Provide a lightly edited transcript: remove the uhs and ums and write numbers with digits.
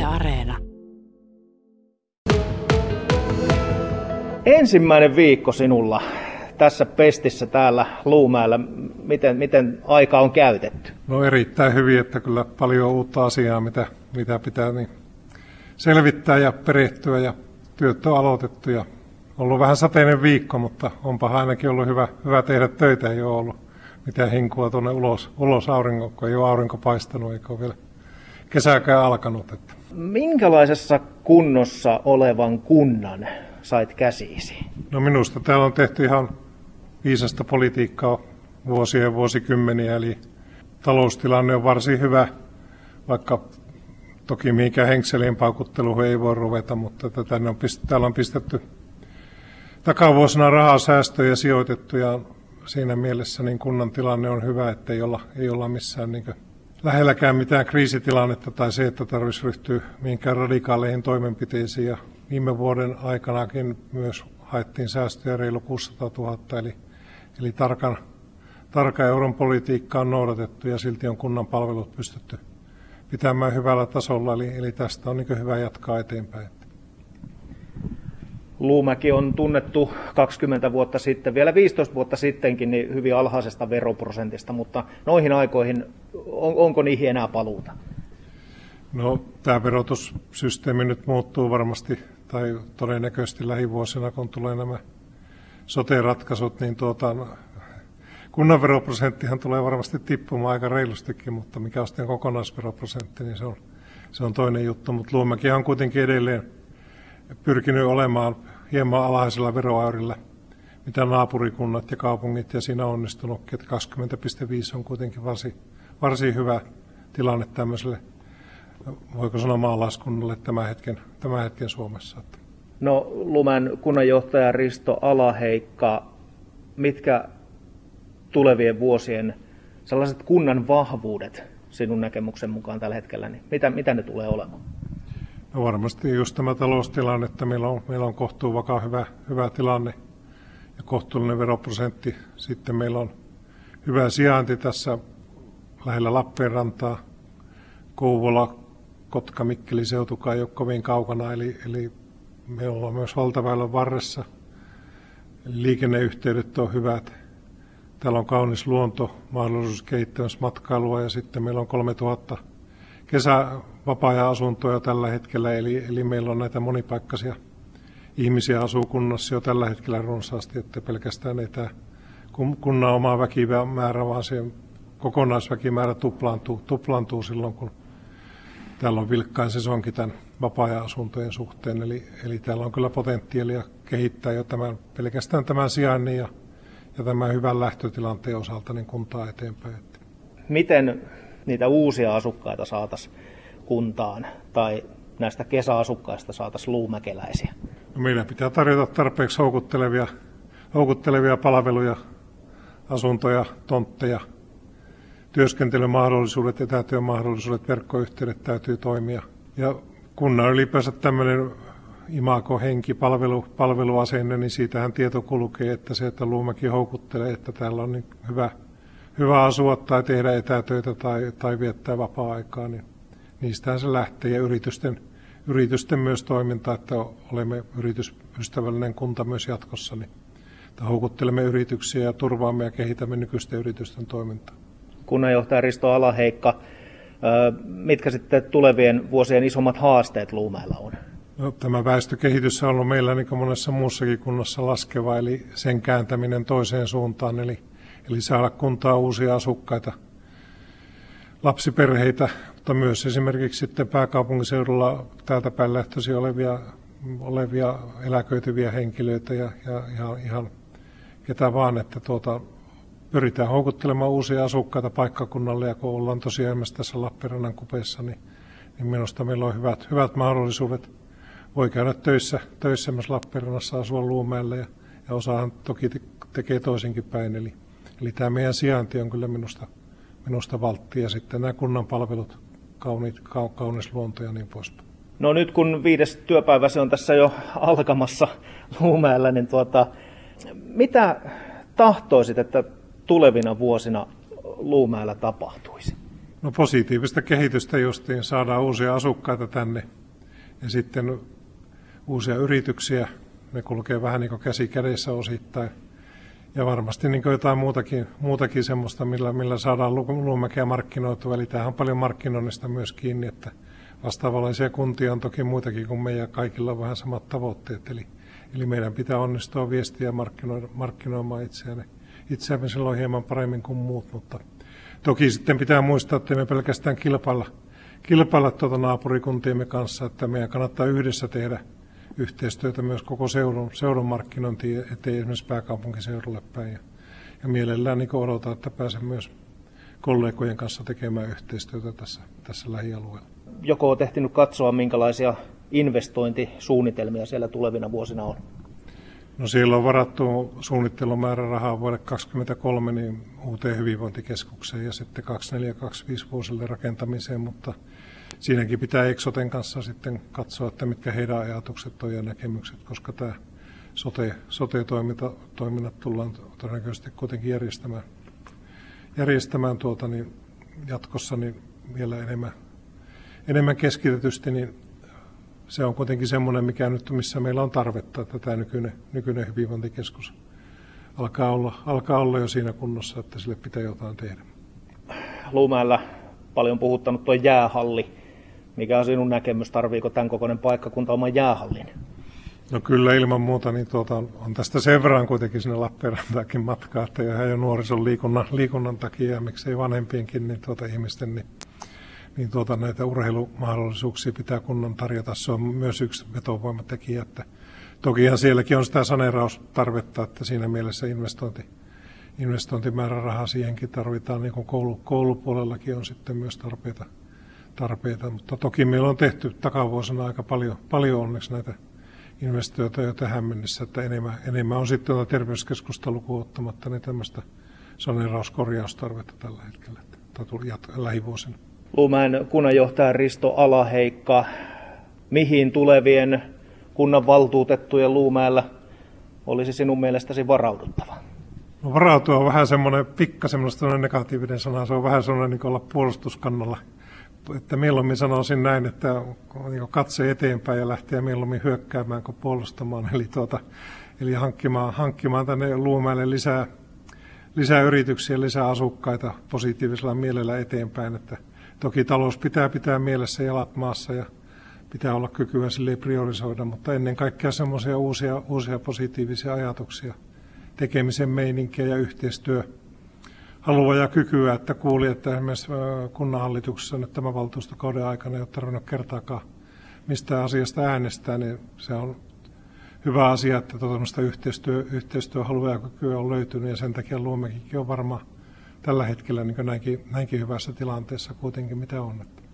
Areena. Ensimmäinen viikko sinulla tässä pestissä täällä Luumäellä. Miten aika on käytetty? No erittäin hyvin, että kyllä paljon uutta asiaa, mitä pitää selvittää ja perehtyä ja työt on aloitettu. Ja ollut vähän sateinen viikko, mutta onpa ainakin ollut hyvä tehdä töitä. Ei ole ollut mitään hinkua tuonne ulos aurinkoon, kun ei ole aurinko paistanut eikä ole vielä kesäkään alkanut. Minkälaisessa kunnossa olevan kunnan sait käsiisi? No minusta täällä on tehty ihan viisasta politiikkaa vuosia ja vuosikymmeniä, eli taloustilanne on varsin hyvä, vaikka toki mihinkään henkselien paukutteluun ei voi ruveta, mutta täällä on pistetty takavuosina rahasäästöjä sijoitettu ja siinä mielessä niin kunnan tilanne on hyvä, että ei olla missään lähelläkään mitään kriisitilannetta tai se, että tarvitsisi ryhtyä mihinkään radikaaleihin toimenpiteisiin. Ja viime vuoden aikanakin myös haettiin säästöjä reilu 600 000, eli tarkan euron politiikka on noudatettu ja silti on kunnan palvelut pystytty pitämään hyvällä tasolla, eli tästä on hyvä jatkaa eteenpäin. Luumäki on tunnettu 20 vuotta sitten, vielä 15 vuotta sittenkin niin hyvin alhaisesta veroprosentista, mutta noihin aikoihin, onko niihin enää paluuta? No tämä verotussysteemi nyt muuttuu varmasti tai todennäköisesti lähivuosina, kun tulee nämä sote-ratkaisut, niin kunnan veroprosenttihan tulee varmasti tippumaan aika reilustikin, mutta mikä on sitten kokonaisveroprosentti, niin se on toinen juttu, mutta Luumäki on kuitenkin edelleen pyrkinyt olemaan hieman alhaisella veroäyrillä, mitä naapurikunnat ja kaupungit, ja siinä on onnistunutkin, että 20,5 on kuitenkin varsin hyvä tilanne tämmöiselle, voiko sanoa maalaiskunnalle tämän hetken Suomessa. No Luumäen kunnanjohtaja Risto Alaheikka, mitkä tulevien vuosien sellaiset kunnan vahvuudet sinun näkemyksen mukaan tällä hetkellä, niin mitä ne tulee olemaan? No varmasti just tämä taloustilanne, että meillä on kohtuu vakaa hyvä tilanne ja kohtuullinen veroprosentti. Sitten meillä on hyvä sijainti tässä lähellä Lappeenrantaa. Kouvola, Kotka, Mikkeli seutukaan ei ole kovin kaukana, eli me ollaan myös valtaväylän varressa. Liikenneyhteydet on hyvät. Täällä on kaunis luonto, mahdollisuus kehittämässä matkailua ja sitten meillä on 3000 vapaa-ajan-asuntoja tällä hetkellä, eli meillä on näitä monipaikkaisia ihmisiä asuu kunnassa jo tällä hetkellä runsaasti, että pelkästään ei tämä kunnan oma väkimäärä, vaan se kokonaisväkimäärä tuplaantuu silloin, kun täällä on vilkkain sesonkin tämän vapaa-ajan-asuntojen suhteen, eli täällä on kyllä potentiaalia kehittää jo pelkästään tämän sijainnin ja tämän hyvän lähtötilanteen osalta niin kuntaa eteenpäin. Miten niitä uusia asukkaita saataisiin kuntaan tai näistä kesäasukkaista saataisiin luumäkeläisiä? No meidän pitää tarjota tarpeeksi houkuttelevia palveluja, asuntoja, tontteja, työskentelymahdollisuudet, etätyömahdollisuudet, verkkoyhteydet täytyy toimia. Ja kunnan ylipäänsä tämmöinen imago-henki, palveluasenne, niin siitähän tieto kulkee, että Luumäki houkuttelee, että täällä on niin hyvä asua tai tehdä etätöitä tai viettää vapaa-aikaa, niin niistähän se lähtee. Ja yritysten myös toiminta, että olemme yritysystävällinen kunta myös jatkossa, niin että houkuttelemme yrityksiä ja turvaamme ja kehitämme nykyisten yritysten toimintaa. Kunnanjohtaja Risto Alaheikka, mitkä sitten tulevien vuosien isommat haasteet Luumäellä on? No, tämä väestökehitys on ollut meillä niin kuin monessa muussakin kunnassa laskeva, eli sen kääntäminen toiseen suuntaan, eli saada kuntaa uusia asukkaita, lapsiperheitä, mutta myös esimerkiksi sitten pääkaupunkiseudulla täältä päin lähtöisin olevia eläköityviä henkilöitä ja ihan ketä vaan, että pyritään houkuttelemaan uusia asukkaita paikkakunnalle, ja kun ollaan tosiaan myös tässä Lappeenrannan kupeessa, niin minusta meillä on hyvät mahdollisuudet. Voi käydä töissä myös Lappeenrannassa, asua Luumäellä ja osahan toki tekee toisinkin päin. Eli tämä meidän sijainti on kyllä minusta valtti ja sitten nämä kunnan palvelut, kaunis luonto ja niin poispäin. No nyt kun 5. työpäivä se on tässä jo alkamassa Luumäellä, niin mitä tahtoisit, että tulevina vuosina Luumäellä tapahtuisi? No positiivista kehitystä justiin, saadaan uusia asukkaita tänne. Ja sitten uusia yrityksiä, ne kulkee vähän niin kuin käsi kädessä osittain. Ja varmasti niin kuin jotain muutakin semmoista, millä saadaan Luumäkeä markkinoitua. Eli tämähän on paljon markkinoinnista myös kiinni, että vastaavanlaisia kuntia on toki muitakin kuin meidän, kaikilla on vähän samat tavoitteet. Eli meidän pitää onnistua viestiä ja markkinoimaan itseämme silloin hieman paremmin kuin muut. Mutta toki sitten pitää muistaa, että me pelkästään kilpailla naapurikuntiemme kanssa, että meidän kannattaa yhdessä tehdä yhteistyötä myös koko seudun markkinointiin, ettei esimerkiksi pääkaupunkiseudulle päin. Ja mielellään niin odotan, että pääsen myös kollegojen kanssa tekemään yhteistyötä tässä lähialueella. Joko olet ehtinyt katsoa, minkälaisia investointisuunnitelmia siellä tulevina vuosina on? No siellä on varattu suunnittelumäärärahaa vuodelle 2023 niin uuteen hyvinvointikeskukseen ja sitten 2024-2025 vuosille rakentamiseen, mutta siinäkin pitää Eksoten kanssa sitten katsoa, että mitkä heidän ajatukset on ja näkemykset, koska tämä sote-toiminnat tullaan todennäköisesti kuitenkin järjestämään jatkossa niin vielä enemmän keskitetysti, niin se on kuitenkin semmoinen, missä meillä on tarvetta, että tämä nykyinen hyvinvointikeskus alkaa olla jo siinä kunnossa, että sille pitää jotain tehdä. Luumäellä paljon puhuttanut tuo jäähalli. Mikä on sinun näkemys? Tarviiko tämän kokoinen paikkakunta oman jäähallin? No kyllä ilman muuta, niin on tästä sen verran kuitenkin sinne Lappeenrantaakin matkaa, että jo nuorison liikunnan takia ja miksei vanhempienkin niin ihmisten, niin näitä urheilumahdollisuuksia pitää kunnan tarjota. Se on myös yksi vetovoimatekijä. Että tokihan sielläkin on sitä saneeraustarvetta, että siinä mielessä investointimäärärahaa siihenkin tarvitaan, niin kuin koulupuolellakin on sitten myös tarpeita. Mutta toki meillä on tehty takavuosina aika paljon onneksi näitä investoita jo tähän mennessä, että enemmän on sitten terveyskeskusta lukuun ottamatta niin tämmöistä saneerauskorjaustarvetta tällä hetkellä lähivuosina. Luumäen kunnanjohtaja Risto Alaheikka, mihin tulevien kunnanvaltuutettujen Luumäellä olisi sinun mielestäsi varauduttava? No, varautua on vähän pikkasen negatiivinen sana, se on vähän semmoinen niin kuin olla puolustuskannalla. Että mieluummin sanoisin näin, että niin katse eteenpäin ja lähteä mieluummin hyökkäämään kuin puolustamaan. Eli hankkimaan tänne Luumäelle lisää yrityksiä, lisää asukkaita positiivisella mielellä eteenpäin. Että toki talous pitää mielessä jalat maassa ja pitää olla kykyä sille priorisoida, mutta ennen kaikkea semmoisia uusia positiivisia ajatuksia, tekemisen meininkiä ja yhteistyö. Halua ja kykyä, että kuuli, että esimerkiksi kunnanhallituksessa nyt tämän valtuustokauden aikana ei ole tarvinnut kertaakaan mistään asiasta äänestää, niin se on hyvä asia, että tuollaista yhteistyöhalua ja kykyä on löytynyt ja sen takia Luumäkikin on varmaan tällä hetkellä niin näinkin hyvässä tilanteessa kuitenkin mitä on.